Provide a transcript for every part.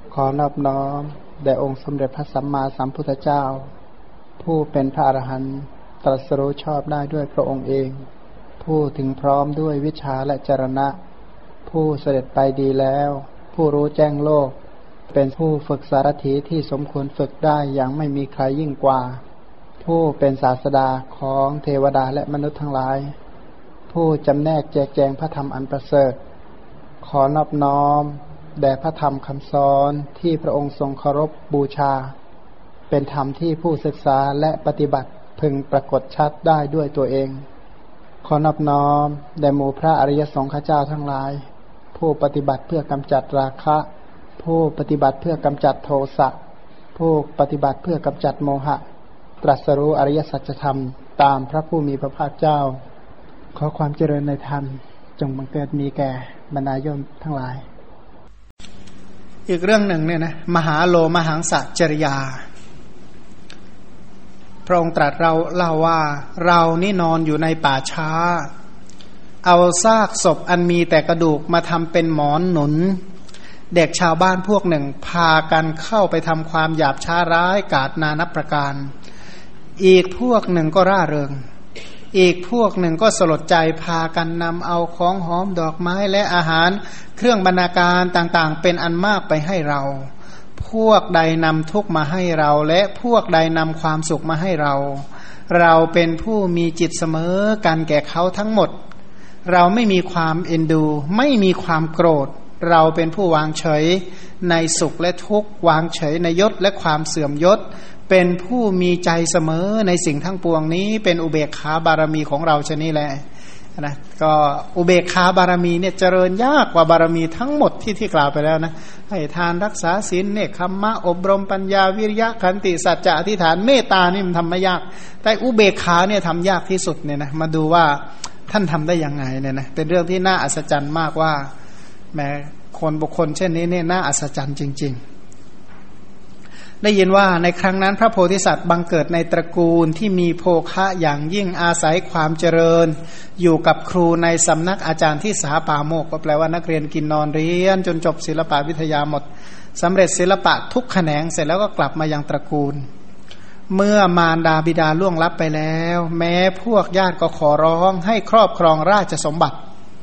ขอนอบน้อมแด่องค์สมเด็จพระสัมมาสัมพุทธเจ้าผู้เป็นพระอรหันต์ตรัสรู้ชอบได้ด้วยพระองค์เองผู้ถึงพร้อมด้วยวิชชาและจรณะผู้เสด็จไปดีแล้วผู้รู้แจ้งโลกเป็นผู้ฝึกสารถีที่สมควรฝึกได้อย่างไม่มีใครยิ่งกว่าผู้เป็นศาสดาของเทวดาและมนุษย์ทั้งหลายผู้จำแนกแจกแจงพระธรรมอันประเสริฐขอนอบน้อมแด่พระธรรมคำสอนที่พระองค์ทรงเคารพบูชาเป็นธรรมที่ผู้ศึกษาและปฏิบัติพึงปรากฏชัดได้ด้วยตัวเองขอนอบน้อมแด่หมู่พระอริยสงฆ์เจ้าทั้งหลายผู้ปฏิบัติเพื่อกำจัดราคะผู้ปฏิบัติเพื่อกำจัดโทสะผู้ปฏิบัติเพื่อกำจัดโมหะตรัสรู้อริยสัจธรรมตามพระผู้มีพระภาคเจ้าขอความเจริญในธรรมจงบังเกิดมีแก่บรรดาโยมทั้งหลายอีกเรื่องหนึ่งเนี่ยนะมหาโลมหังสจริยาพระองค์ตรัสเราเล่าว่าเรานี่นอนอยู่ในป่าช้าเอาซากศพอันมีแต่กระดูกมาทำเป็นหมอนหนุนเด็กชาวบ้านพวกหนึ่งพากันเข้าไปทำความหยาบช้าร้ายกาจนานับประการอีกพวกหนึ่งก็ร่าเริงอีกพวกหนึ่งก็สลดใจพากันนำเอาของหอมดอกไม้และอาหารเครื่องบรรณาการต่างๆเป็นอันมากไปให้เราพวกใดนำทุกข์มาให้เราและพวกใดนำความสุขมาให้เราเราเป็นผู้มีจิตเสมอกันแก่เขาทั้งหมดเราไม่มีความเอ็นดูไม่มีความโกรธเราเป็นผู้วางเฉยในสุขและทุกข์วางเฉยในยศและความเสื่อมยศเป็นผู้มีใจเสมอในสิ่งทั้งปวงนี้เป็นอุเบกขาบารมีของเราชนี้แหละนะก็อุเบกขาบารมีเนี่ยเจริญยากกว่าบารมีทั้งหมดที่กล่าวไปแล้วนะให้ทานรักษาศีลเนคขมะอบรมปัญญาวิริยะขันติสัจจะอธิษฐานเมตตานี่มันทำไม่ยากแต่อุเบกขาเนี่ยทำยากที่สุดเนี่ยนะมาดูว่าท่านทำได้ยังไงเนี่ยนะเป็นเรื่องที่น่าอัศจรรย์มากว่าแม้คนบุคคลเช่นนี้เนี่ยน่าอัศจรรย์จริงๆได้ยินว่าในครั้งนั้นพระโพธิสัตว์บังเกิดในตระกูลที่มีโภคะอย่างยิ่งอาศัยความเจริญอยู่กับครูในสำนักอาจารย์ที่สาปาโมกก็แปลว่านักเรียนกินนอนเรียนจนจบศิลปวิทยาหมดสำเร็จศิลปะทุกแขนงเสร็จแล้วก็กลับมายังตระกูลเมื่อมารดาบิดาล่วงลับไปแล้วแม้พวกญาติก็ขอร้องให้ครอบครองราชสมบัติ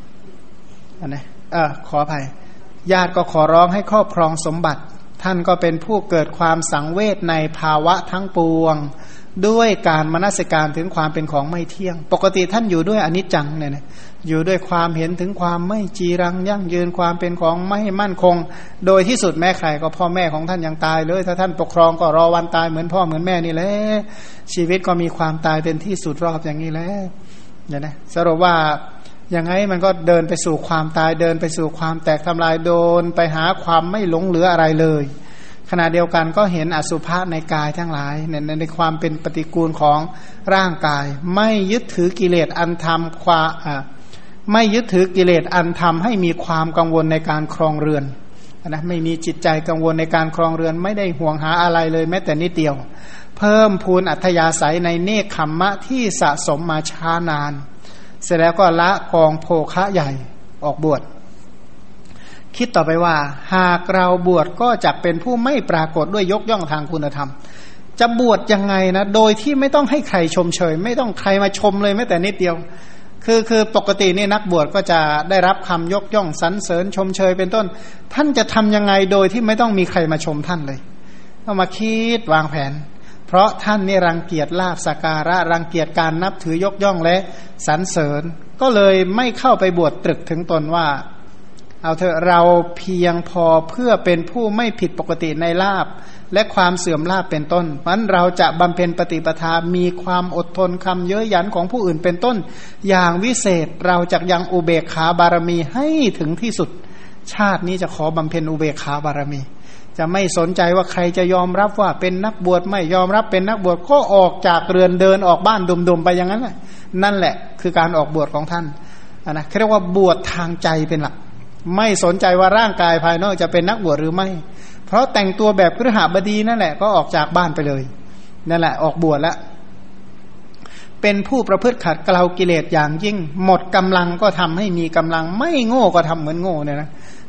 ขออภัยญาติก็ขอร้องให้ครอบครองสมบัติท่านก็เป็นผู้เกิดความสังเวชในภาวะทั้งปวงด้วยการมนสิการถึงความเป็นของไม่เที่ยงปกติท่านอยู่ด้วยอนิจจังเนี่ยนะอยู่ด้วยความเห็นถึงความไม่จีรังยั่งยืนความเป็นของไม่มั่นคงโดยที่สุดแม่ใครก็พ่อแม่ของท่านยังตายเลยถ้าท่านปกครองก็รอวันตายเหมือนพ่อเหมือนแม่นี่แหละชีวิตก็มีความตายเป็นที่สุดรอบอย่างนี้แหละเนี่ยนะสรุปว่ายังไงมันก็เดินไปสู่ความตายเดินไปสู่ความแตกทำลายโดนไปหาความไม่หลงเหลืออะไรเลยขณะเดียวกันก็เห็นอสุภะในกายทั้งหลายในความเป็นปฏิกูลของร่างกายไม่ยึดถือกิเลสอันทำไม่ยึดถือกิเลสอันทำให้มีความกังวลในการครองเรือนนะไม่มีจิตใจกังวลในการครองเรือนไม่ได้ห่วงหาอะไรเลยแม้แต่นิดเดียวเพิ่มพูนอัธยาศัยในเนคขมมะที่สะสมมาช้านานเสร็จแล้วก็ละกองโภคะใหญ่ออกบวชคิดต่อไปว่าหากเราบวชก็จะเป็นผู้ไม่ปรากฏด้วยยกย่องทางคุณธรรมจะบวชยังไงนะโดยที่ไม่ต้องให้ใครชมเชยไม่ต้องใครมาชมเลยแม้แต่นิดเดียวคือปกตินี่นักบวชก็จะได้รับคำยกย่องสรรเสริญชมเชยเป็นต้นท่านจะทำยังไงโดยที่ไม่ต้องมีใครมาชมท่านเลยต้องมาคิดวางแผนเพราะท่านนี่รังเกียจลาภสักการะรังเกียจการนับถือยกย่องและสรรเสริญก็เลยไม่เข้าไปบวชตรึกถึงตนว่าเอาเถอะเราเพียงพอเพื่อเป็นผู้ไม่ผิดปกติในลาภและความเสื่อมลาภเป็นต้นเพราะฉะนั้นเราจะบำเพ็ญปฏิปทามีความอดทนคำเย้ยหยันของผู้อื่นเป็นต้นอย่างวิเศษเราจะยังอุเบกขาบารมีให้ถึงที่สุดชาตินี้จะขอบำเพ็ญอุเบกขาบารมีจะไม่สนใจว่าใครจะยอมรับว่าเป็นนักบวชไม่ยอมรับเป็นนักบวชก็ออกจากเรือนเดินออกบ้านดุมๆไปอย่างนั้นแหละนั่นแหละคือการออกบวชของท่านนะเรียกว่าบวชทางใจเป็นหลักไม่สนใจว่าร่างกายภายนอกจะเป็นนักบวชหรือไม่เพราะแต่งตัวแบบคฤหบดีนั่นแหละก็ออกจากบ้านไปเลยนั่นแหละออกบวชแล้วเป็นผู้ประพฤติขัดเกลากิเลสอย่างยิ่งหมดกำลังก็ทำให้มีกำลังไม่โง่ก็ทำเหมือนโง่เนี่ยนะ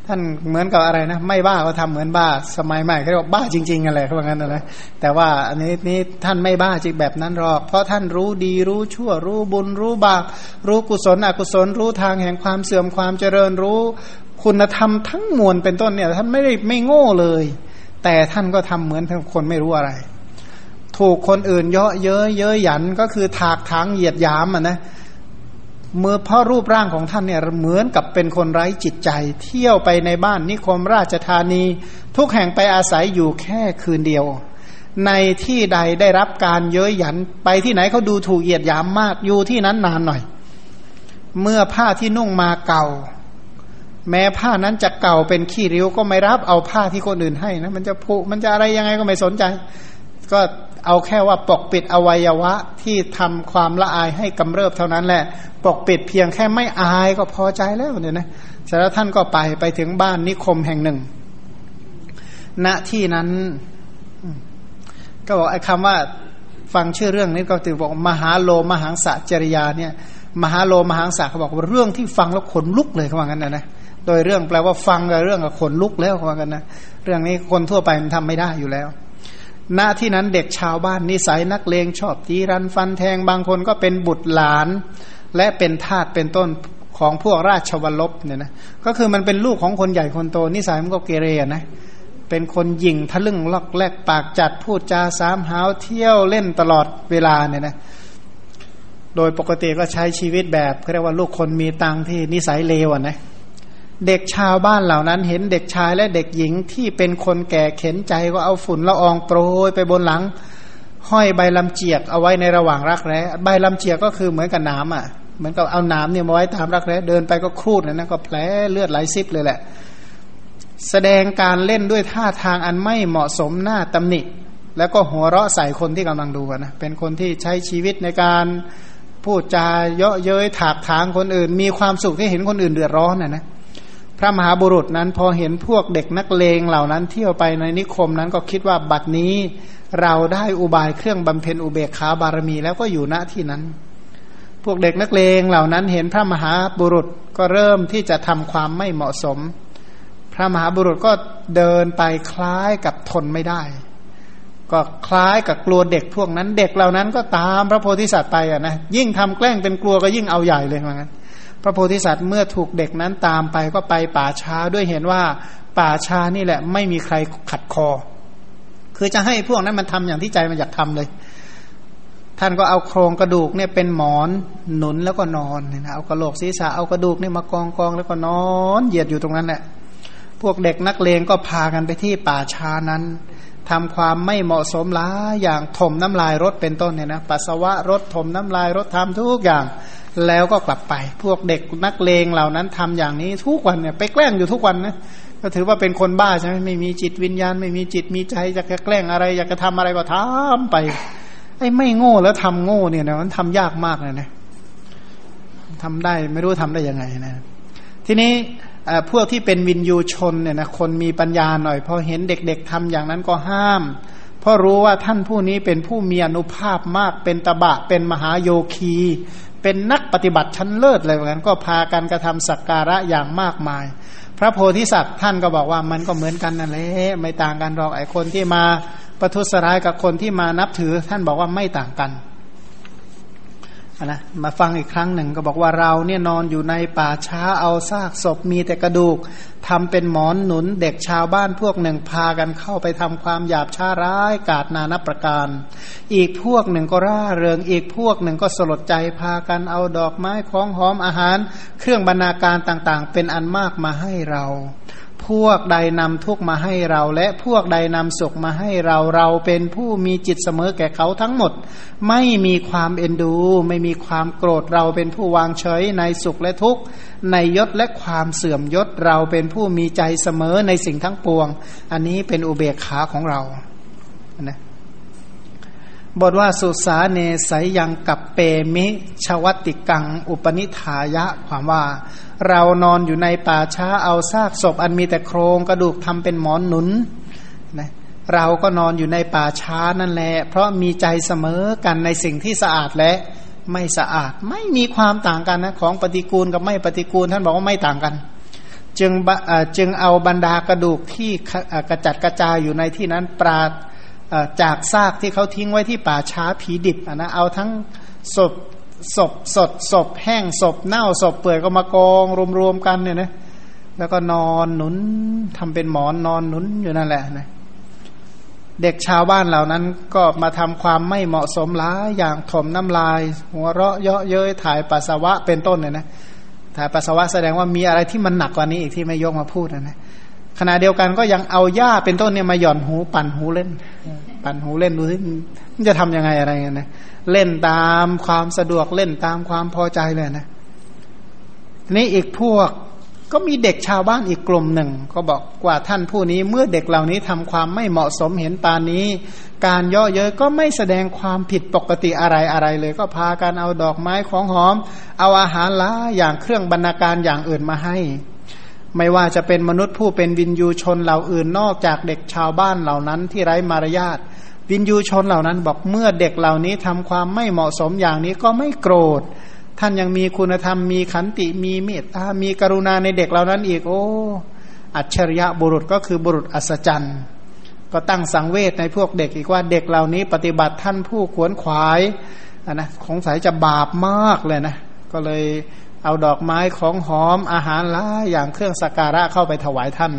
ท่านเหมือนกับอะไรนะไม่บ้าก็ทำเหมือนบ้าสมัยใหม่เขาเรียกว่าบ้าจริงๆอะไรเขาว่างั้นนะแต่ว่าอันนี้ท่านไม่บ้าจริงแบบนั้นหรอกเพราะท่านรู้ดีรู้ชั่วรู้บุญรู้บาปรู้กุศลอกุศลรู้ทางแห่งความเสื่อมความเจริญรู้คุณธรรมทั้งมวลเป็นต้นเนี่ยท่านไม่โง่เลยแต่ท่านก็ทำเหมือนคนไม่รู้อะไรถูกคนอื่นเยาะเย้ยหยันก็คือถากถางเหยียดหยามอ่ะนะเมื่อเพราะรูปร่างของท่านเนี่ยเหมือนกับเป็นคนไร้จิตใจเที่ยวไปในบ้านนิคมราชธานีทุกแห่งไปอาศัยอยู่แค่คืนเดียวในที่ใดได้รับการเย้ยหยันไปที่ไหนเขาดูถูกเหยียดหยามมากอยู่ที่นั้นนานหน่อยเมื่อผ้าที่นุ่งมาเก่าแม้ผ้านั้นจะเก่าเป็นขี้ริ้วก็ไม่รับเอาผ้าที่คนอื่นให้นะมันจะผุมันจะอะไรยังไงก็ไม่สนใจก็เอาแค่ว่าปกปิดอวัยวะที่ทำความละอายให้กำเริบเท่านั้นแหละปกปิดเพียงแค่ไม่อายก็พอใจแล้วเนี่ยนะเสร็จแล้วท่านก็ไปถึงบ้านนิคมแห่งหนึ่งณที่นั้นก็บอกไอ้คำว่าฟังชื่อเรื่องนี้ก็ถือบอกมหาโลมหังสะจริยาเนี่ยมหาโลมหังสะเขาบอกว่าเรื่องที่ฟังแล้วขนลุกเลยเขาว่างั้นนะโดยเรื่องแปลว่าฟังกับเรื่องกับขนลุกแล้วเขาว่ากันนะเรื่องนี้คนทั่วไปมันทำไม่ได้อยู่แล้วณที่นั้นเด็กชาวบ้านนิสัยนักเลงชอบตีรันฟันแทงบางคนก็เป็นบุตรหลานและเป็นทาสเป็นต้นของพวกราชวัลลบเนี่ยนะก็คือมันเป็นลูกของคนใหญ่คนโตนิสัยมันก็เกเรนะเป็นคนหยิ่งทะลึ่งล็อกแลกปากจัดพูดจาสามหาวเที่ยวเล่นตลอดเวลาเนี่ยนะโดยปกติก็ใช้ชีวิตแบบเรียกว่าลูกคนมีตังที่นิสัยเลวนะเด็กชาวบ้านเหล่านั้นเห็นเด็กชายและเด็กหญิงที่เป็นคนแก่เข็นใจก็เอาฝุ่นละอองโปรยไปบนหลังห้อยใบลำเจียกเอาไว้ในระหว่างรักแร้ใบลำเจียกก็คือเหมือนกับน้ำอ่ะเหมือนกับเอาน้ำเนี่ยมาไว้ตามรักแร้เดินไปก็ครูดนะก็แผลเลือดไหลซิบเลยแหละแสดงการเล่นด้วยท่าทางอันไม่เหมาะสมหน้าตำหนิแล้วก็หัวเราะใส่คนที่กำลังดูนะเป็นคนที่ใช้ชีวิตในการพูดจาเยาะเย้ยถากถางคนอื่นมีความสุขที่เห็นคนอื่นเดือดร้อนนะพระมหาบุรุษนั้นพอเห็นพวกเด็กนักเลงเหล่านั้นเที่ยวไปในนิคมนั้นก็คิดว่าบัดนี้เราได้อุบายเครื่องบำเพ็ญอุเบกขาบารมีแล้วก็อยู่ณที่นั้นพวกเด็กนักเลงเหล่านั้นเห็นพระมหาบุรุษก็เริ่มที่จะทำความไม่เหมาะสมพระมหาบุรุษก็เดินไปคล้ายกับทนไม่ได้ก็คล้ายกับกลัวเด็กพวกนั้นเด็กเหล่านั้นก็ตามพระโพธิสัตว์ไปอ่ะนะยิ่งทำแกล้งเป็นกลัวก็ยิ่งเอาใหญ่เลยเหมือนกันพระโพธิสัตว์เมื่อถูกเด็กนั้นตามไปก็ไปป่าช้าด้วยเห็นว่าป่าช้านี่แหละไม่มีใครขัดคอคือจะให้พวกนั้นมันทำอย่างที่ใจมันอยากทำเลยท่านก็เอาโครงกระดูกเนี่ยเป็นหมอนหนุนแล้วก็นอนเนี่ยนะเอากระโหลกศีรษะเอากระดูกเนี่ยมากองแล้วก็นอนเหยียดอยู่ตรงนั้นแหละพวกเด็กนักเลงก็พากันไปที่ป่าช้านั้นทำความไม่เหมาะสมหลายอย่างถมน้ำลายรถเป็นต้นเนี่ยนะปัสสาวะรถถมน้ำลายรถทำทุกอย่างแล้วก็กลับไปพวกเด็กนักเลงเหล่านั้นทำอย่างนี้ทุกวันเนี่ยไปแกล้งอยู่ทุกวันนะก็ถือว่าเป็นคนบ้าใช่ไหมไม่มีจิตวิญญาณไม่มีจิตมีใจอยากจะแกล้งอะไรอยากจะทำอะไรก็ทำไปไอ้ไม่โง่แล้วทำโง่เนี่ยนะมันทำยากมากเลยนะทำได้ไม่รู้ทำได้ยังไงนะทีนี้พวกที่เป็นวินยูชนเนี่ยนะคนมีปัญญาหน่อยพอเห็นเด็กๆทำอย่างนั้นก็ห้ามเพราะรู้ว่าท่านผู้นี้เป็นผู้มีอานุภาพมากเป็นตบะเป็นมหาโยคีเป็นนักปฏิบัติชั้นเลิศเลยเหมือนกันก็พากันกระทำสักการะอย่างมากมายพระโพธิสัตว์ท่านก็บอกว่ามันก็เหมือนกันนั่นแหละไม่ต่างกันหรอกไอ้คนที่มาประทุษร้ายกับคนที่มานับถือท่านบอกว่าไม่ต่างกันนะมาฟังอีกครั้งหนึ่งก็บอกว่าเราเนี่ยนอนอยู่ในป่าช้าเอาซากศพมีแต่กระดูกทำเป็นหมอนหนุนเด็กชาวบ้านพวกหนึ่งพากันเข้าไปทำความหยาบช้าร้ายกาจนานับประการอีกพวกหนึ่งก็ร่าเริงอีกพวกหนึ่งก็สลดใจพากันเอาดอกไม้ของหอมอาหารเครื่องบรรณาการต่างๆเป็นอันมากมาให้เราพวกใดนำทุกข์มาให้เราและพวกใดนำสุขมาให้เราเราเป็นผู้มีจิตเสมอแก่เขาทั้งหมดไม่มีความเอ็นดูไม่มีความโกรธเราเป็นผู้วางเฉยในสุขและทุกข์ในยศและความเสื่อมยศเราเป็นผู้มีใจเสมอในสิ่งทั้งปวงอันนี้เป็นอุเบกขาของเรานะบทว่าสุสาเนไสยังกับเปมิชวัตติกังอุปนิธายะความว่าเรานอนอยู่ในป่าช้าเอาซากศพอันมีแต่โครงกระดูกทำเป็นหมอนหนุนนะเราก็นอนอยู่ในป่าช้านั่นแหละเพราะมีใจเสมอกันในสิ่งที่สะอาดและไม่สะอาดไม่มีความต่างกันนะของปฏิกูลกับไม่ปฏิกูลท่านบอกว่าไม่ต่างกันจึงเอาบรรดากระดูกที่กระจัดกระจายอยู่ในที่นั้นปราดจากซากที่เขาทิ้งไว้ที่ป่าช้าผีดิบนะเอาทั้งศพสดศพแห้งศพเน่าศพเปื่อยก็มากองรวมๆกันเนี่ยนะแล้วก็นอนหนุนทำเป็นหมอนนอนหนุนอยู่นั่นแหละนะเด็กชาวบ้านเหล่านั้นก็มาทำความไม่เหมาะสมหลายอย่างถมน้ำลายหัวเราะเยาะเย้ยถ่ายปัสสาวะเป็นต้นเนี่ยนะถ่ายปัสสาวะแสดงว่ามีอะไรที่มันหนักกว่านี้อีกที่ไม่ยกมาพูดนะขณะเดียวกันก็ยังเอาหญ้าเป็นต้นเนี่ยมาหย่อนหูปั่นหูเล่นปั่นหูเล่นดูสิมันจะทำยังไงอะไรเงี้ยนะเล่นตามความสะดวกเล่นตามความพอใจเลยนะทีนี้อีกพวกก็มีเด็กชาวบ้านอีกกลุ่มหนึ่งก็บอกว่าท่านผู้นี้เมื่อเด็กเหล่านี้ทำความไม่เหมาะสมเห็นปานนี้การเยาะเย้ยก็ไม่แสดงความผิดปกติอะไรเลยก็พากันเอาดอกไม้ของหอมเอาอาหารหลายอย่างเครื่องบรรณาการอย่างอื่นมาให้ไม่ว่าจะเป็นมนุษย์ผู้เป็นวินยูชนเหล่าอื่นนอกจากเด็กชาวบ้านเหล่านั้นที่ไร้มารยาทวินยูชนเหล่านั้นบอกเมื่อเด็กเหล่านี้ทำความไม่เหมาะสมอย่างนี้ก็ไม่โกรธท่านยังมีคุณธรรมมีขันติมีเมตตามีกรุณาในเด็กเหล่านั้นอีกโอ้อัจฉริยะบุรุษก็คือบุรุษอัศจรรย์ก็ตั้งสังเวชในพวกเด็กอีกว่าเด็กเหล่านี้ปฏิบัติท่านผู้ขวนขวายนะสงสัยจะบาปมากเลยนะก็เลยเอาดอกไม้ของหอมอาหารหลายอย่างเครื่องสักการะเข้าไปถวายท่าน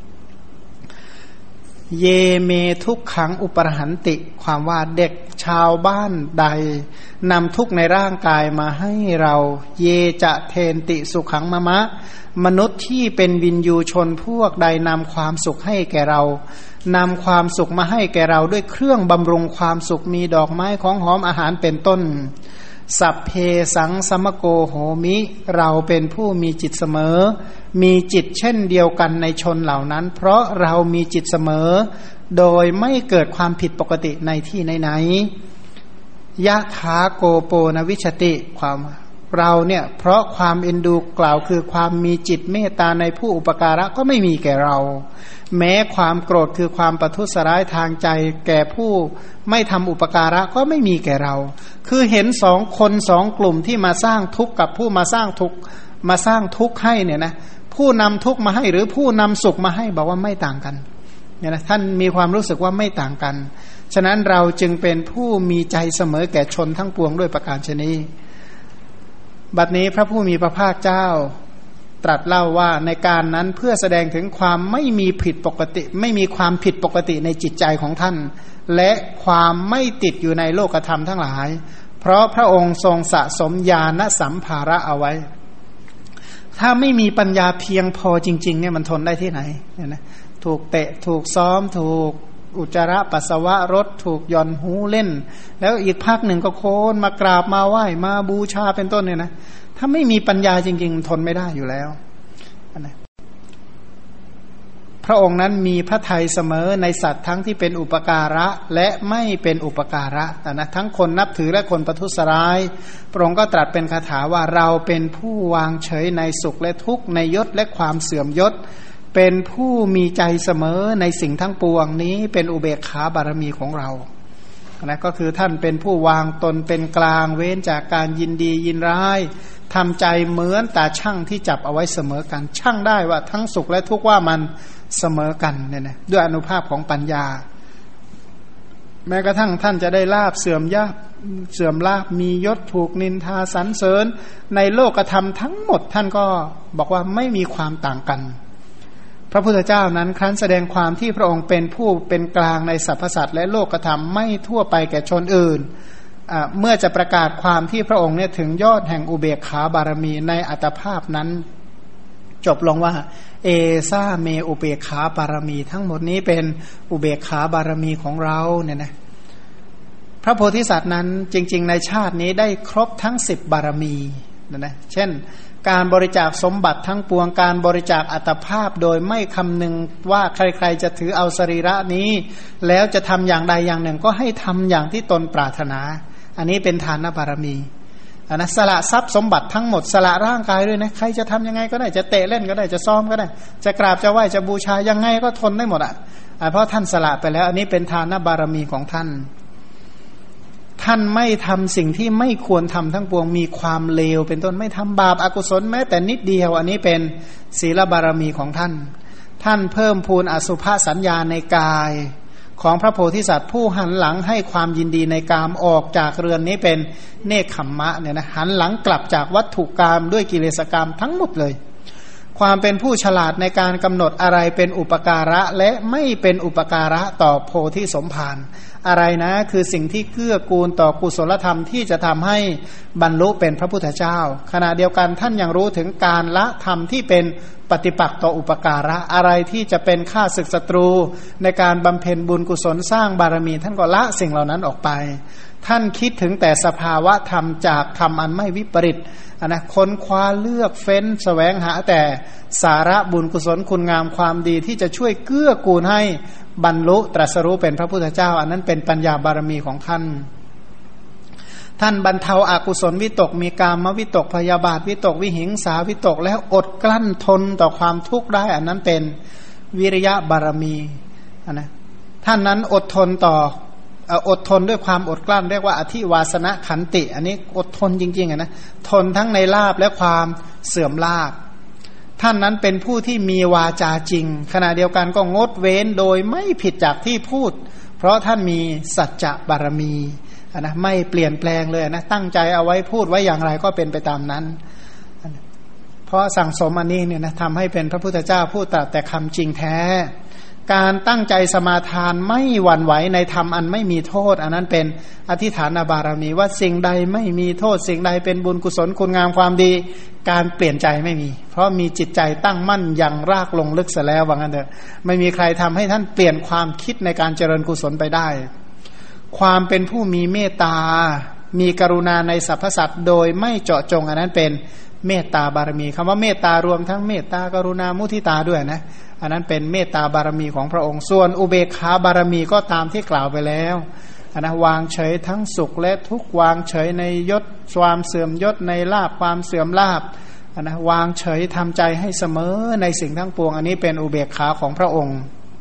เยเมทุกขังอุปรหันติความว่าเด็กชาวบ้านใดนำทุกข์ในร่างกายมาให้เราเยจะเทนติสุขังมะมะมนุษย์ที่เป็นวินยูชนพวกใดนำความสุขให้แก่เรานำความสุขมาให้แก่เราด้วยเครื่องบำรุงความสุขมีดอกไม้ของหอมอาหารเป็นต้นสัพเพสังสมโกโหมิเราเป็นผู้มีจิตเสมอมีจิตเช่นเดียวกันในชนเหล่านั้นเพราะเรามีจิตเสมอโดยไม่เกิดความผิดปกติในที่ไหนๆยะถาโกโปนวิชติความเราเนี่ยเพราะความเอ็นดูกล่าวคือความมีจิตเมตตาในผู้อุปการะก็ไม่มีแก่เราแม้ความโกรธคือความประทุษร้ายทางใจแก่ผู้ไม่ทำอุปการะก็ไม่มีแก่เราคือเห็นสองคนสองกลุ่มที่มาสร้างทุกข์กับผู้มาสร้างทุกข์ให้เนี่ยนะผู้นำทุกข์มาให้หรือผู้นำสุขมาให้บอกว่าไม่ต่างกันเนี่ยนะท่านมีความรู้สึกว่าไม่ต่างกันฉะนั้นเราจึงเป็นผู้มีใจเสมอแก่ชนทั้งปวงด้วยประการฉะนี้บัดนี้พระผู้มีพระภาคเจ้าตรัสเล่าว่าในการนั้นเพื่อแสดงถึงความไม่มีผิดปกติไม่มีความผิดปกติในจิตใจของท่านและความไม่ติดอยู่ในโลกธรรมทั้งหลายเพราะพระองค์ทรงสะสมญาณสัมภาระเอาไว้ถ้าไม่มีปัญญาเพียงพอจริงๆเนี่ยมันทนได้ที่ไหนเนี่ยนะถูกเตะถูกซ้อมถูกอุจจาระปัสสาวะรถถูกย่อนหูเล่นแล้วอีกภาคหนึ่งก็โค่นมากราบมาไหว้มาบูชาเป็นต้นเนี่ยนะถ้าไม่มีปัญญาจริงๆทนไม่ได้อยู่แล้วนะพระองค์นั้นมีพระทัยเสมอในสัตว์ทั้งที่เป็นอุปการะและไม่เป็นอุปการะนะทั้งคนนับถือและคนประทุษร้ายพระองค์ก็ตรัสเป็นคาถาว่าเราเป็นผู้วางเฉยในสุขและทุกข์ในยศและความเสื่อมยศเป็นผู้มีใจเสมอในสิ่งทั้งปวงนี้เป็นอุเบกขาบารมีของเรานะก็คือท่านเป็นผู้วางตนเป็นกลางเว้นจากการยินดียินร้ายทำใจเหมือนตาช่างที่จับเอาไว้เสมอกันช่างได้ว่าทั้งสุขและทุกข์ว่ามันเสมอกันเนี่ยนะด้วยอานุภาพของปัญญาแม้กระทั่งท่านจะได้ลาภเสื่อมลาภมียศถูกนินทาสรรเสริญในโลกธรรมทั้งหมดท่านก็บอกว่าไม่มีความต่างกันพระพุทธเจ้านั้นครั้นแสดงความที่พระองค์เป็นผู้เป็นกลางในสรรพสัตว์และโลกธรรมไม่ทั่วไปแก่ชนอื่นเมื่อจะประกาศความที่พระองค์เนี่ยถึงยอดแห่งอุเบกขาบารมีในอัตภาพนั้นจบลงว่าเอซาเมอุเบกขาบารมีทั้งหมดนี้เป็นอุเบกขาบารมีของเราเนี่ยนะพระโพธิสัตว์นั้นจริงๆในชาตินี้ได้ครบทั้ง10บารมีนะเช่นการบริจาคสมบัติทั้งปวงการบริจาคอัตภาพโดยไม่คำนึงว่าใครๆจะถือเอาสรีระนี้แล้วจะทำอย่างใดอย่างหนึ่งก็ให้ทำอย่างที่ตนปรารถนาอันนี้เป็นทานบารมีนะสละทรัพย์สมบัติทั้งหมดสละร่างกายด้วยนะใครจะทำยังไงก็ได้จะเตะเล่นก็ได้จะซ้อมก็ได้จะกราบจะไหว้จะบูชายังไงก็ทนได้หมดเพราะท่านสละไปแล้วอันนี้เป็นทานบารมีของท่านท่านไม่ทำสิ่งที่ไม่ควรทำทั้งปวงมีความเลวเป็นต้นไม่ทำบาปอกุศลแม้แต่นิดเดียวอันนี้เป็นศีลบารมีของท่านท่านเพิ่มพูนอสุภสัญญาในกายของพระโพธิสัตว์ผู้หันหลังให้ความยินดีในกามออกจากเรือนนี้เป็นเนคขมมะเนี่ยนะหันหลังกลับจากวัตถุกามด้วยกิเลสกามทั้งหมดเลยความเป็นผู้ฉลาดในการกำหนดอะไรเป็นอุปการะและไม่เป็นอุปการะต่อโพธิสมภารอะไรนะคือสิ่งที่เกื้อกูลต่อกุศลธรรมที่จะทำให้บรรลุเป็นพระพุทธเจ้าขณะเดียวกันท่านยังรู้ถึงการละธรรมที่เป็นปฏิปักษ์ต่ออุปการะอะไรที่จะเป็นข้าศึกศัตรูในการบำเพ็ญบุญกุศลสร้างบารมีท่านก็ละสิ่งเหล่านั้นออกไปท่านคิดถึงแต่สภาวะธรรมจากธรรมอันไม่วิปริตนะค้นคว้าเลือกเฟ้นแสวงหาแต่สาระบุญกุศลคุณงามความดีที่จะช่วยเกื้อกูลให้บรรลุตรัสรู้เป็นพระพุทธเจ้าอันนั้นเป็นปัญญาบารมีของท่านท่านบรรเทาอกุศลวิตกมีกามวิตกพยาบาทวิตกวิหิงสาวิตกแล้วอดกลั้นทนต่อความทุกข์ได้อันนั้นเป็นวิริยะบารมีนะท่านนั้นอดทนต่ออดทนด้วยความอดกลั้นเรียกว่าอธิวาสนะขันติอันนี้อดทนจริงๆนะทนทั้งในลาภและความเสื่อมลาภท่านนั้นเป็นผู้ที่มีวาจาจริงขณะเดียวกันก็งดเว้นโดยไม่ผิดจากที่พูดเพราะท่านมีสัจจะบารมีนะไม่เปลี่ยนแปลงเลยนะตั้งใจเอาไว้พูดไว้อย่างไรก็เป็นไปตามนั้นเพราะสั่งสมอันนี้เนี่ยนะทำให้เป็นพระพุทธเจ้าผู้ตรัสแต่คำจริงแท้การตั้งใจสมาทานไม่หวั่นไหวในธรรมอันไม่มีโทษอันนั้นเป็นอธิฐานบารมีว่าสิ่งใดไม่มีโทษสิ่งใดเป็นบุญกุศลคุณงามความดีการเปลี่ยนใจไม่มีเพราะมีจิตใจตั้งมั่นอย่างรากลงลึกเสียแล้วว่างั้นเถอะไม่มีใครทำให้ท่านเปลี่ยนความคิดในการเจริญกุศลไปได้ความเป็นผู้มีเมตตามีกรุณาในสรรพสัตว์โดยไม่เจาะจงอันนั้นเป็นเมตตาบารมีคำว่าเมตตารวมทั้งเมตตากรุณามุทิตาด้วยนะอันนั้นเป็นเมตตาบารมีของพระองค์ส่วนอุเบกขาบารมีก็ตามที่กล่าวไปแล้วนะวางเฉยทั้งสุขและทุกข์วางเฉยในยศความเสื่อมยศในลาภความเสื่อมลาภนะวางเฉยทำใจให้เสมอในสิ่งทั้งปวงอันนี้เป็นอุเบกขาของพระองค์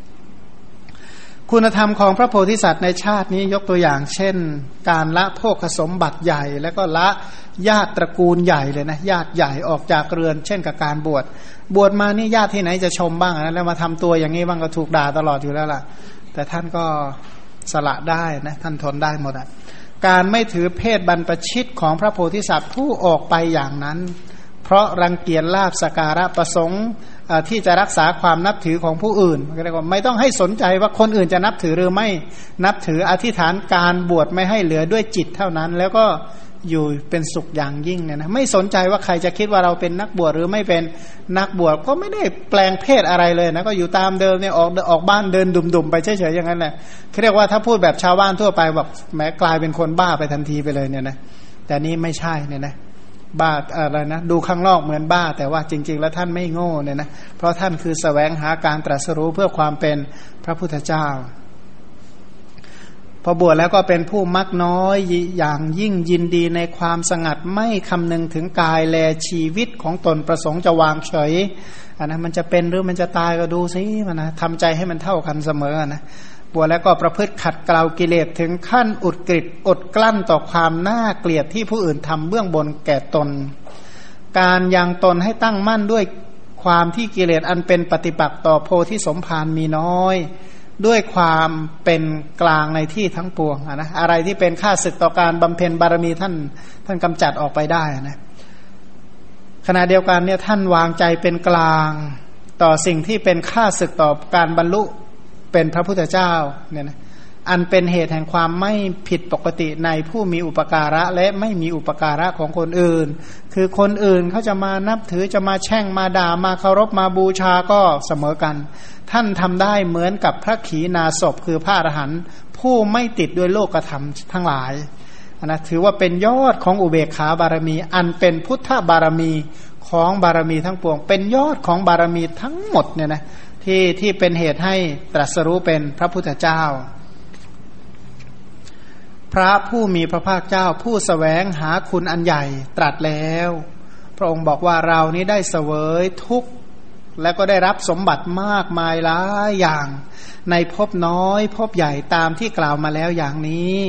คุณธรรมของพระโพธิสัตว์ในชาตินี้ยกตัวอย่างเช่นการละโภคสมบัติใหญ่แล้วก็ละญาติตระกูลใหญ่เลยนะญาติใหญ่ออกจากเรือนเช่นกับการบวชมานี่ญาติที่ไหนจะชมบ้างนะแล้วมาทำตัวอย่างนี้บ้างก็ถูกด่าตลอดอยู่แล้วล่ะแต่ท่านก็สละได้นะท่านทนได้หมดอ่ะการไม่ถือเพศบรรพชิตของพระโพธิสัตว์ผู้ออกไปอย่างนั้นเพราะรังเกียจลาภสักการะประสงค์ที่จะรักษาความนับถือของผู้อื่นก็เรียกว่าไม่ต้องให้สนใจว่าคนอื่นจะนับถือหรือไม่นับถืออธิษฐานการบวชไม่ให้เหลือด้วยจิตเท่านั้นแล้วก็อยู่เป็นสุขอย่างยิ่งเนี่ยนะไม่สนใจว่าใครจะคิดว่าเราเป็นนักบวชหรือไม่เป็นนักบวชก็ไม่ได้แปลงเพศอะไรเลยนะก็อยู่ตามเดิมเนี่ยออกบ้านเดินดุ่มๆไปเฉยๆอย่างนั้นแหละเรียกว่าถ้าพูดแบบชาวบ้านทั่วไปแบบแม้กลายเป็นคนบ้าไปทันทีไปเลยเนี่ยนะแต่นี้ไม่ใช่เนี่ยนะบ้าอะไรนะดูข้างนอกเหมือนบ้าแต่ว่าจริงๆแล้วท่านไม่โง่เนี่ยนะเพราะท่านคือแสวงหาการตรัสรู้เพื่อความเป็นพระพุทธเจ้าพอบวชแล้วก็เป็นผู้มักน้อยอย่างยิ่งยินดีในความสงัดไม่คำนึงถึงกายแลชีวิตของตนประสงค์จะวางเฉยอันนะมันจะเป็นหรือมันจะตายก็ดูสิมันนะทำใจให้มันเท่ากันเสมอนะบวชแล้วก็ประพฤติขัดเกลากิเลสถึงขั้นอุดกริดอดกลั้นต่อความน่าเกลียดที่ผู้อื่นทำเบื้องบนแก่ตนการยังตนให้ตั้งมั่นด้วยความที่กิเลสอันเป็นปฏิปักษ์ต่อโพธิสมภารมีน้อยด้วยความเป็นกลางในที่ทั้งปวงนะอะไรที่เป็นข้าศึกต่อการบำเพ็ญบารมีท่านกำจัดออกไปได้นะขณะเดียวกันเนี่ยท่านวางใจเป็นกลางต่อสิ่งที่เป็นข้าศึกต่อการบรรลุเป็นพระพุทธเจ้าเนี่ยนะอันเป็นเหตุแห่งความไม่ผิดปกติในผู้มีอุปการะและไม่มีอุปการะของคนอื่นคือคนอื่นเขาจะมานับถือจะมาแช่งมาด่ามาเคารพมาบูชาก็เสมอกันท่านทำได้เหมือนกับพระขีณาสพคือพระอรหันต์ผู้ไม่ติดด้วยโลกธรรมทั้งหลายนะถือว่าเป็นยอดของอุเบกขาบารมีอันเป็นพุทธบารมีของบารมีทั้งปวงเป็นยอดของบารมีทั้งหมดเนี่ยนะที่เป็นเหตุให้ตรัสรู้เป็นพระพุทธเจ้าพระผู้มีพระภาคเจ้าผู้แสวงหาคุณอันใหญ่ตรัสแล้วพระองค์บอกว่าเรานี้ได้เสวยทุกข์และก็ได้รับสมบัติมากมายหลายอย่างในภพน้อยภพใหญ่ตามที่กล่าวมาแล้วอย่างนี้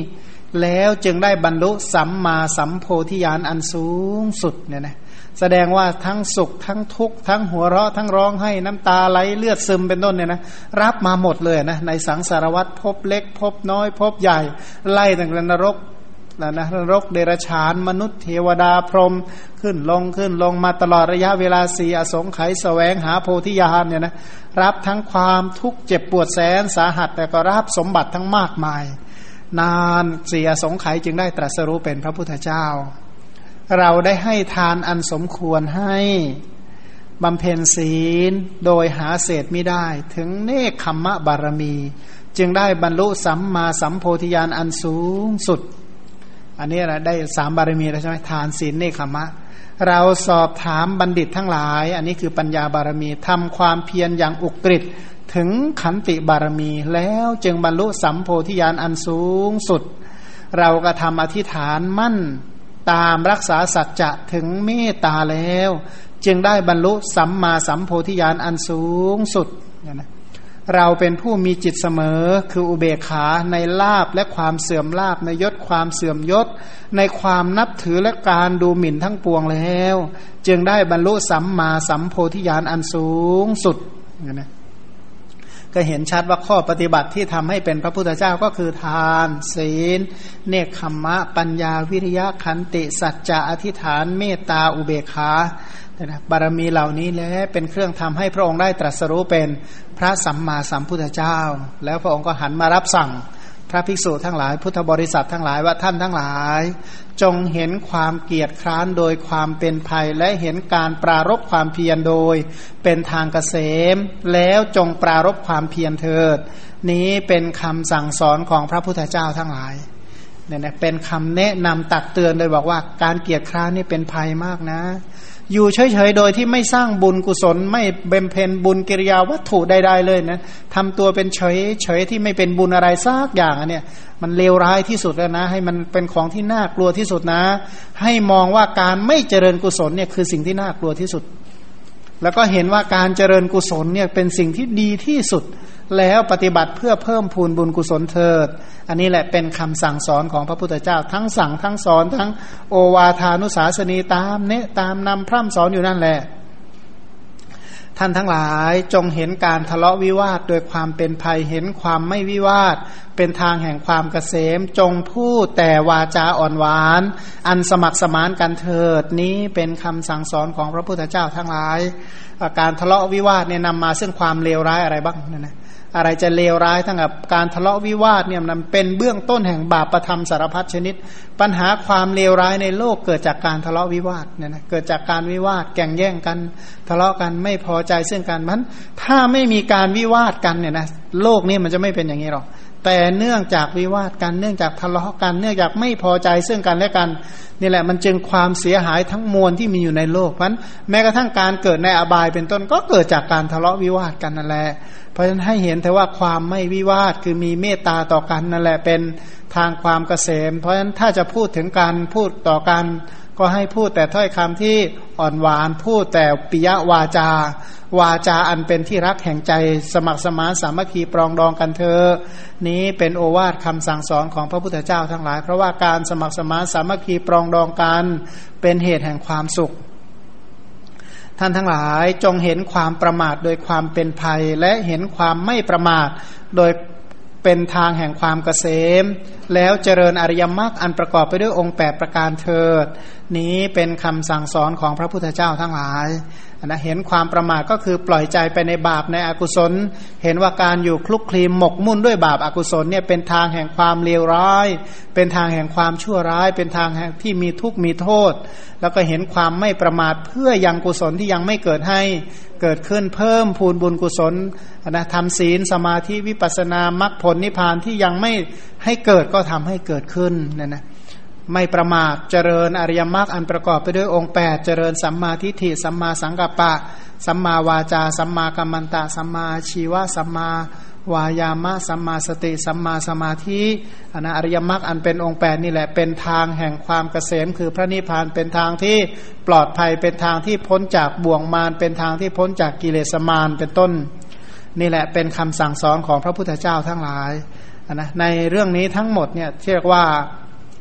แล้วจึงได้บรรลุสัมมาสัมโพธิญาณอันสูงสุดเนี่ยนะแสดงว่าทั้งสุขทั้งทุกข์ทั้งหัวเราะทั้งร้องไห้น้ำตาไหลเลือดซึมเป็นต้นเนี่ยนะรับมาหมดเลยนะในสังสารวัฏภพเล็กภพน้อยภพใหญ่ไล่ตั้งแต่นรกนะนรกเดรัจฉานมนุษย์เทวดาพรหมขึ้นลงมาตลอดระยะเวลา4อสงไขยแสวงหาโพธิญาณเนี่ยนะรับทั้งความทุกข์เจ็บปวดแสนสาหัสแต่ก็รับสมบัติทั้งมากมายนาน4อสงไขยจึงได้ตรัสรู้เป็นพระพุทธเจ้าเราได้ให้ทานอันสมควรให้บำเพ็ญศีลโดยหาเศษไม่ได้ถึงเนกขัมมะบารมีจึงได้บรรลุสัมมาสัมโพธิญาณอันสูงสุดอันนี้นะได้3บารมีแล้วใช่ไหมทานศีลเนกขัมมะเราสอบถามบัณฑิตทั้งหลายอันนี้คือปัญญาบารมีทำความเพียรอย่างอุกฤษถึงขันติบารมีแล้วจึงบรรลุสัมโพธิญาณอันสูงสุดเราก็ทำอธิษฐานมั่นตามรักษาสัจจะถึงเมตตาแล้วจึงได้บรรลุสัมมาสัมโพธิญาณอันสูงสุดนะเราเป็นผู้มีจิตเสมอคืออุเบกขาในลาภและความเสื่อมลาภในยศความเสื่อมยศในความนับถือและการดูหมิ่นทั้งปวงแล้วจึงได้บรรลุสัมมาสัมโพธิญาณอันสูงสุดนะก็เห็นชัดว่าข้อปฏิบัติที่ทำให้เป็นพระพุทธเจ้าก็คือทานศีลเนกขัมมะปัญญาวิริยะขันติสัจจะอธิษฐานเมตตาอุเบกขาบารมีเหล่านี้แหละเป็นเครื่องทำให้พระองค์ได้ตรัสรู้เป็นพระสัมมาสัมพุทธเจ้าแล้วพระองค์ก็หันมารับสั่งพระภิกษุทั้งหลายพุทธบริษัททั้งหลายว่าท่านทั้งหลายจงเห็นความเกียจคร้านโดยความเป็นภัยและเห็นการปรารภความเพียรโดยเป็นทางเกษมแล้วจงปรารภความเพียรเถิดนี้เป็นคำสั่งสอนของพระพุทธเจ้าทั้งหลายเนี่ยนะเป็นคำแนะนำตักเตือนโดยบอกว่าการเกียจคร้านนี่เป็นภัยมากนะอยู่เฉยๆโดยที่ไม่สร้างบุญกุศลไม่บำเพ็ญบุญกิริยาวัตถุใดๆเลยนะทำตัวเป็นเฉยๆที่ไม่เป็นบุญอะไรสักอย่างอันเนี้ยมันเลวร้ายที่สุดแล้วนะให้มันเป็นของที่น่ากลัวที่สุดนะให้มองว่าการไม่เจริญกุศลเนี่ยคือสิ่งที่น่ากลัวที่สุดแล้วก็เห็นว่าการเจริญกุศลเนี่ยเป็นสิ่งที่ดีที่สุดแล้วปฏิบัติเพื่อเพิ่มพูนบุญกุศลเถิดอันนี้แหละเป็นคำสั่งสอนของพระพุทธเจ้าทั้งสั่งทั้งสอนทั้งโอวาทานุสาสนีตามเนะตามนำพร่ำสอนอยู่นั่นแหละท่านทั้งหลายจงเห็นการทะเลาะวิวาทโดยความเป็นภัยเห็นความไม่วิวาทเป็นทางแห่งความเกษมจงพูดแต่วาจาอ่อนหวานอันสมัครสมานกันเถิดนี้เป็นคำสั่งสอนของพระพุทธเจ้าทั้งหลายการทะเลาะวิวาทเนี่ยนำมาซึ่งความเลวร้ายอะไรบ้างนะอะไรจะเลวร้ายทั้งกับการทะเลาะวิวาทเนี่ยมันเป็นเบื้องต้นแห่งบาปประธรรมสารพัดชนิดปัญหาความเลวร้ายในโลกเกิดจากการทะเลาะวิวาทเนี่ยนะเกิดจากการวิวาทแข่งแย่งกันทะเลาะกันไม่พอใจซึ่งกันมันถ้าไม่มีการวิวาทกันเนี่ยนะโลกนี้มันจะไม่เป็นอย่างนี้หรอกแต่เนื่องจากวิวาทกันเนื่องจากทะเลาะกันเนื่องจากไม่พอใจซึ่งกันและกันนี่แหละมันจึงความเสียหายทั้งมวลที่มีอยู่ในโลกเพราะฉะนั้นแม้กระทั่งการเกิดในอบายเป็นต้นก็เกิดจากการทะเลาะวิวาทกันนั่นแหละเพราะฉะนั้นให้เห็นแต่ว่าความไม่วิวาทคือมีเมตตาต่อกันนั่นแหละเป็นทางความเกษมเพราะฉะนั้นถ้าจะพูดถึงการพูดต่อกันก็ให้พูดแต่ถ้อยคำที่อ่อนหวานพูดแต่ปิยวาจาวาจาอันเป็นที่รักแห่งใจสมัครสมานสามัคคีปรองดองกันเถอะนี้เป็นโอวาทคำสั่งสอนของพระพุทธเจ้าทั้งหลายเพราะว่าการสมัครสมานสามัคคีปรองดองกันเป็นเหตุแห่งความสุขท่านทั้งหลายจงเห็นความประมาทโดยความเป็นภัยและเห็นความไม่ประมาทโดยเป็นทางแห่งความเกษมแล้วเจริญอริยมรรคอันประกอบไปด้วยองค์8ประการเถิดนี้เป็นคำสั่งสอนของพระพุทธเจ้าทั้งหลายนะเห็นความประมาทก็คือปล่อยใจไปในบาปในอกุศลเห็นว่าการอยู่คลุกคลีหมกมุ่นด้วยบาปอกุศลเนี่ยเป็นทางแห่งความเลวร้ายเป็นทางแห่งความชั่วร้ายเป็นทางแห่งที่มีทุกข์มีโทษแล้วก็เห็นความไม่ประมาทเพื่อยังกุศลที่ยังไม่เกิดให้เกิดขึ้นเพิ่มพูนบุญกุศลนะทำศีลสมาธิวิปัสสนามรรคผลนิพพานที่ยังไม่ให้เกิดก็ทำให้เกิดขึ้นนะไม่ประมาทเจริญอริยมรรคอันประกอบไปด้วยองค์8เจริญสัมมาทิฏฐิสัมมาสังกัปปะสัมมาวาจาสัมมากัมมันตะสัมมาชีวะสัมมาวายามะสัมมาสติสัมมาสมาธิอริยมรรคอันเป็นองค์8นี่แหละเป็นทางแห่งความเกษมคือพระนิพพานเป็นทางที่ปลอดภัยเป็นทางที่พ้นจากบ่วงมารเป็นทางที่พ้นจากกิเลสมารเป็นต้นนี่แหละเป็นคำสั่งสอนของพระพุทธเจ้าทั้งหลายนะในเรื่องนี้ทั้งหมดเนี่ยเรียกว่า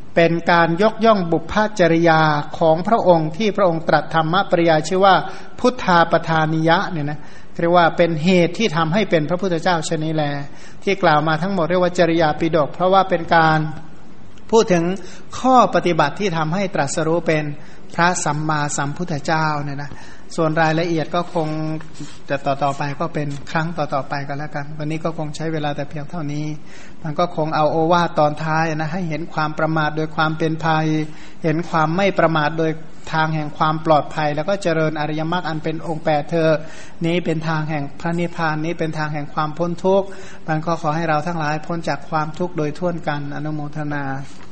เป็นการยกย่องบุพจริยาของพระองค์ที่พระองค์ตรัสธรรมปริยายชื่อว่าพุทธาปทานิยะเนี่ยนะเรียกว่าเป็นเหตุที่ทำให้เป็นพระพุทธเจ้าชนี้แลที่กล่าวมาทั้งหมดเรียกว่าจริยาปิฎกเพราะว่าเป็นการพูดถึงข้อปฏิบัติที่ทำให้ตรัสรู้เป็นพระสัมมาสัมพุทธเจ้าเนี่ยนะส่วนรายละเอียดก็คงจะต่อไปก็เป็นครั้งต่อไปกันแล้วกันวันนี้ก็คงใช้เวลาแต่เพียงเท่านี้มันก็คงเอาโอวาทตอนท้ายนะให้เห็นความประมาทโดยความเป็นภัยเห็นความไม่ประมาทโดยทางแห่งความปลอดภัยแล้วก็เจริญอริยมรรคอันเป็นองค์8เธอนี้เป็นทางแห่งพระนิพพานนี้เป็นทางแห่งความพ้นทุกข์มันก็ขอให้เราทั้งหลายพ้นจากความทุกข์โดยทั่วกันอนุโมทนา